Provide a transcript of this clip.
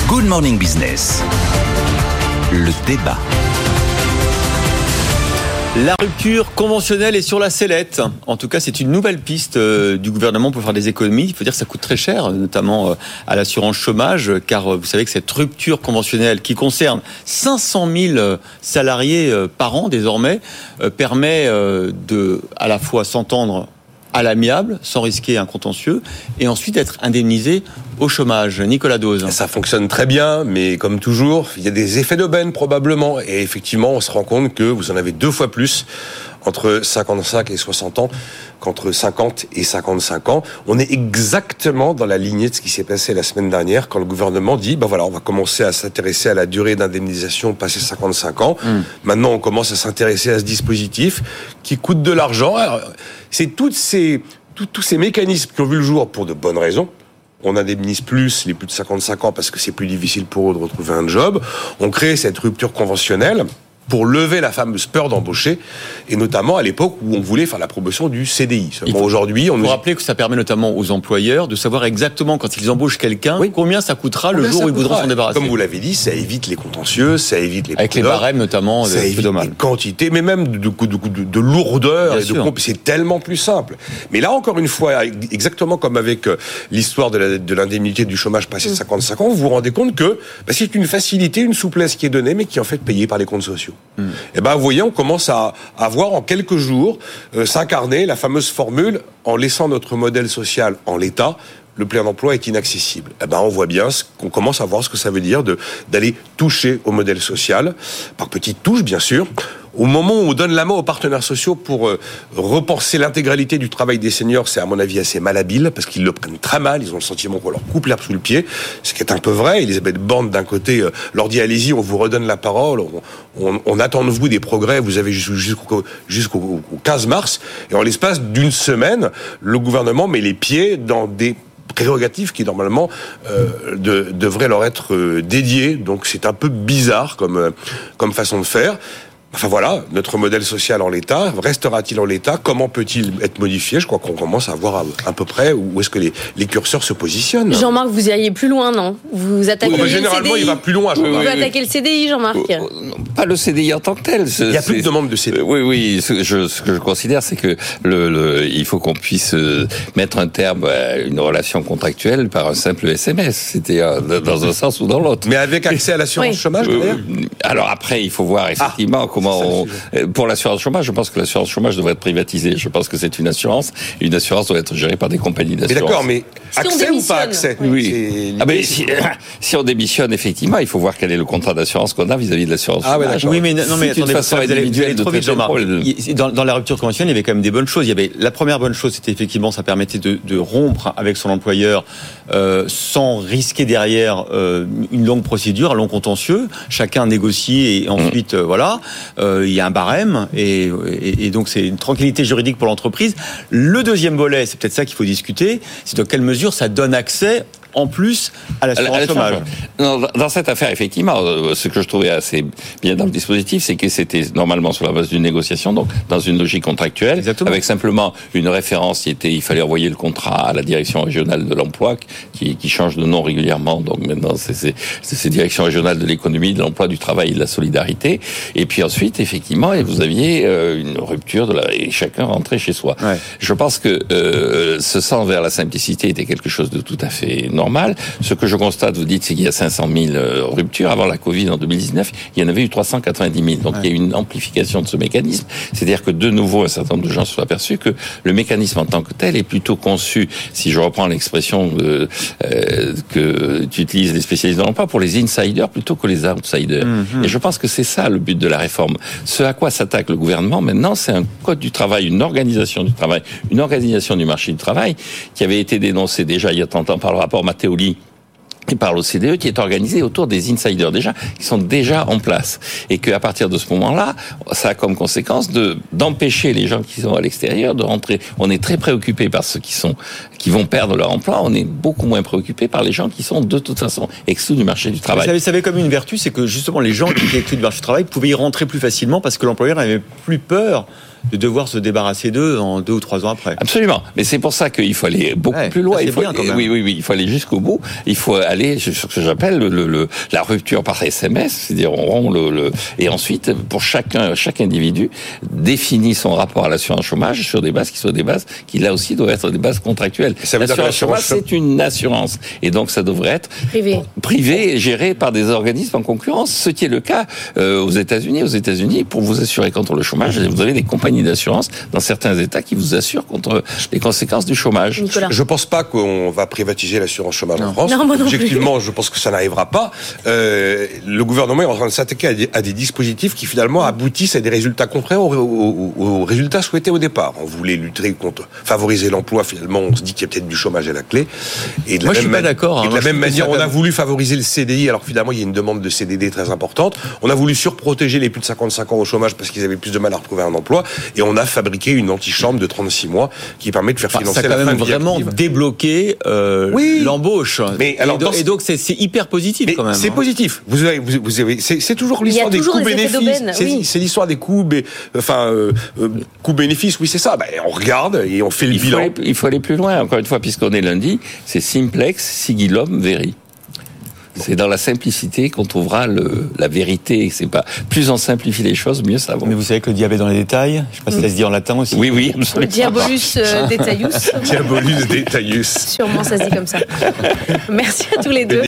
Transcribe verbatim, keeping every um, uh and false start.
Good Morning Business. Le débat. La rupture conventionnelle est sur la sellette. En tout cas, c'est une nouvelle piste euh, du gouvernement pour faire des économies. Il faut dire que ça coûte très cher, notamment euh, à l'assurance chômage, car euh, vous savez que cette rupture conventionnelle qui concerne cinq cent mille salariés euh, par an désormais euh, permet euh, de à la fois s'entendre à l'amiable, sans risquer un contentieux, et ensuite être indemnisé au chômage. Nicolas Dose. Ça fonctionne très bien, mais comme toujours, il y a des effets d'aubaine probablement. Et effectivement, on se rend compte que vous en avez deux fois plus entre cinquante-cinq et soixante ans qu'entre cinquante et cinquante-cinq ans. On est exactement dans la lignée de ce qui s'est passé la semaine dernière quand le gouvernement dit, ben voilà, on va commencer à s'intéresser à la durée d'indemnisation passé cinquante-cinq ans. Mmh. Maintenant, on commence à s'intéresser à ce dispositif qui coûte de l'argent. Alors, c'est toutes ces, tout, tous ces mécanismes qui ont vu le jour pour de bonnes raisons. On indemnise plus les plus de cinquante-cinq ans parce que c'est plus difficile pour eux de retrouver un job. On crée cette rupture conventionnelle pour lever la fameuse peur d'embaucher, et notamment à l'époque où on voulait faire la promotion du C D I. Seulement aujourd'hui, on faut nous... rappeler que ça permet notamment aux employeurs de savoir exactement quand ils embauchent quelqu'un, oui. combien ça coûtera combien le jour où ils voudront s'en débarrasser. Comme vous l'avez dit, ça évite les contentieux, ça évite les avec les barèmes notamment, ça évite les quantités, mais même de, de, de, de, de lourdeur. Et de comp... C'est tellement plus simple. Mais là, encore une fois, exactement comme avec l'histoire de, la, de l'indemnité du chômage passé de cinquante-cinq ans, vous vous rendez compte que bah, c'est une facilité, une souplesse qui est donnée, mais qui est en fait payée par les comptes sociaux. Mmh. Et ben, vous voyez, on commence à, à voir en quelques jours euh, s'incarner la fameuse formule en laissant notre modèle social en l'état. Le plein emploi est inaccessible. Eh ben, on voit bien ce, qu'on commence à voir ce que ça veut dire de, d'aller toucher au modèle social, par petites touches, bien sûr. Au moment où on donne la main aux partenaires sociaux pour euh, repenser l'intégralité du travail des seniors, c'est à mon avis assez malhabile, parce qu'ils le prennent très mal, ils ont le sentiment qu'on leur coupe l'herbe sous le pied, ce qui est un peu vrai. Elisabeth Borne, d'un côté, euh, leur dit allez-y, on vous redonne la parole, on, on, on attend de vous des progrès, vous avez jusqu'au, jusqu'au quinze mars, et en l'espace d'une semaine, le gouvernement met les pieds dans des prérogatives qui normalement euh, de, devraient leur être euh, dédiées, donc c'est un peu bizarre comme, euh, comme façon de faire. Enfin voilà, notre modèle social en l'état, restera-t-il en l'état ? Comment peut-il être modifié ? Je crois qu'on commence à voir à, à peu près où est-ce que les, les curseurs se positionnent. Jean-Marc, vous iriez plus loin, non ? Vous attaquez oui, le généralement, C D I. Il va plus loin. Vous, Jean-Marc. vous attaquez le C D I, Jean-Marc ? Pas le C D I en tant que tel. Il n'y a plus de demande de C D I. Oui, oui. Ce, je, ce que je considère, c'est que le, le, il faut qu'on puisse mettre un terme à une relation contractuelle par un simple S M S. C'était dans un sens ou dans l'autre. Mais avec accès à l'assurance oui. chômage, d'ailleurs. Euh, alors après, il faut voir effectivement ah, comment on... Pour l'assurance chômage, je pense que l'assurance chômage devrait être privatisée. Je pense que c'est une assurance. Et une assurance doit être gérée par des compagnies d'assurance. Mais d'accord, mais si accès ou pas accès ? Oui. oui. Ah ben, si, si on démissionne, effectivement, il faut voir quel est le contrat d'assurance qu'on a vis-à-vis de l'assurance ah, chômage. Oui, mais non, mais attendez, façon individuelle de trop vite, Jean-Marc. Dans, dans la rupture conventionnelle, il y avait quand même des bonnes choses. Il y avait la première bonne chose, c'était effectivement, ça permettait de, de rompre avec son employeur euh, sans risquer derrière euh, une longue procédure, un long contentieux. Chacun négocie et ensuite, mmh. euh, voilà, euh, il y a un barème. Et, et, et donc c'est une tranquillité juridique pour l'entreprise. Le deuxième volet, c'est peut-être ça qu'il faut discuter, c'est dans quelle mesure ça donne accès en plus à l'assurance chômage. Non, dans cette affaire, effectivement, ce que je trouvais assez bien dans le dispositif, c'est que c'était normalement sur la base d'une négociation, donc dans une logique contractuelle, exactement. Avec simplement une référence qui était, il fallait envoyer le contrat à la direction régionale de l'emploi, qui, qui change de nom régulièrement, donc maintenant c'est, c'est, c'est ces directions régionales de l'économie, de l'emploi, du travail et de la solidarité. Et puis ensuite, effectivement, vous aviez euh, une rupture de la, et chacun rentrait chez soi. Ouais. Je pense que euh, ce sens vers la simplicité était quelque chose de tout à fait normal. Ce que je constate, vous dites, c'est qu'il y a cinq cent mille ruptures. Avant la Covid, en deux mille dix-neuf, il y en avait eu trois cent quatre-vingt-dix mille. Donc, ouais. Il y a eu une amplification de ce mécanisme. C'est-à-dire que, de nouveau, un certain nombre de gens se sont aperçus que le mécanisme en tant que tel est plutôt conçu, si je reprends l'expression euh, euh, que qu'utilisent les spécialistes de l'emploi, pour les insiders plutôt que les outsiders. Mm-hmm. Et je pense que c'est ça le but de la réforme. Ce à quoi s'attaque le gouvernement, maintenant, c'est un code du travail, une organisation du travail, une organisation du marché du travail qui avait été dénoncée déjà il y a trente ans par le rapport Matteoli et par l'O C D E, qui est organisé autour des insiders déjà, qui sont déjà en place. Et qu'à partir de ce moment-là, ça a comme conséquence de, d'empêcher les gens qui sont à l'extérieur de rentrer. On est très préoccupés par ceux qui sont, qui vont perdre leur emploi, on est beaucoup moins préoccupé par les gens qui sont de toute façon exclus du marché du travail. Vous savez, ça avait comme une vertu, c'est que justement les gens qui étaient exclus du marché du travail pouvaient y rentrer plus facilement parce que l'employeur n'avait plus peur de devoir se débarrasser d'eux en deux ou trois ans après. Absolument. Mais c'est pour ça qu'il faut aller beaucoup ouais, plus loin. Il faut, bien, quand même. Oui, oui, oui. Il faut aller jusqu'au bout. Il faut aller sur ce que j'appelle le, le, le, la rupture par S M S. C'est-à-dire, on rompt le, le, et ensuite, pour chacun, chaque individu, définit son rapport à l'assurance chômage sur des bases qui soient des bases qui, là aussi, doivent être des bases contractuelles. L'assurance chômage, c'est une assurance. Et donc, ça devrait être privé, privé et géré par des organismes en concurrence. Ce qui est le cas euh, aux États-Unis. Aux États-Unis, pour vous assurer contre le chômage, vous avez des compagnies d'assurance dans certains États qui vous assurent contre les conséquences du chômage. Nicolas. Je ne pense pas qu'on va privatiser l'assurance chômage non. en France. Non, Objectivement, je pense que ça n'arrivera pas. Euh, le gouvernement est en train de s'attaquer à des, à des dispositifs qui finalement aboutissent à des résultats contraires aux, aux, aux résultats souhaités au départ. On voulait lutter contre, favoriser l'emploi. Finalement, on se dit qu'il y a peut-être du chômage à la clé. Et de Moi, la je même suis pas d'accord. Et de hein. la même manière, on a voulu favoriser le C D I. Alors finalement, il y a une demande de C D D très importante. On a voulu surprotéger les plus de cinquante-cinq ans au chômage parce qu'ils avaient plus de mal à retrouver un emploi. Et on a fabriqué une antichambre de trente-six mois qui permet de faire enfin, financer ça la quand fin même de vie vraiment active. débloqué euh, oui. l'embauche. Mais et, alors, do- et donc c'est, c'est hyper positif mais quand même. C'est hein. positif. Vous avez, vous, vous avez, c'est, c'est toujours l'histoire des coûts bénéfices. Des c'est, oui. c'est l'histoire des coûts, bé, enfin euh, euh, coûts bénéfices. Oui, c'est ça. Ben, on regarde et on fait le il bilan. Faut aller, il faut aller plus loin. Encore une fois, puisqu'on est lundi, c'est simplex, sigillum, veri. C'est dans la simplicité qu'on trouvera le, la vérité. C'est pas plus on simplifie les choses, mieux ça va. Mais vous savez que le diable est dans les détails. Je sais pas si ça se dit en latin aussi. Oui, oui. Le diabolus euh, detaius. Diabolus detaius. Sûrement, ça se dit comme ça. Merci à tous les deux.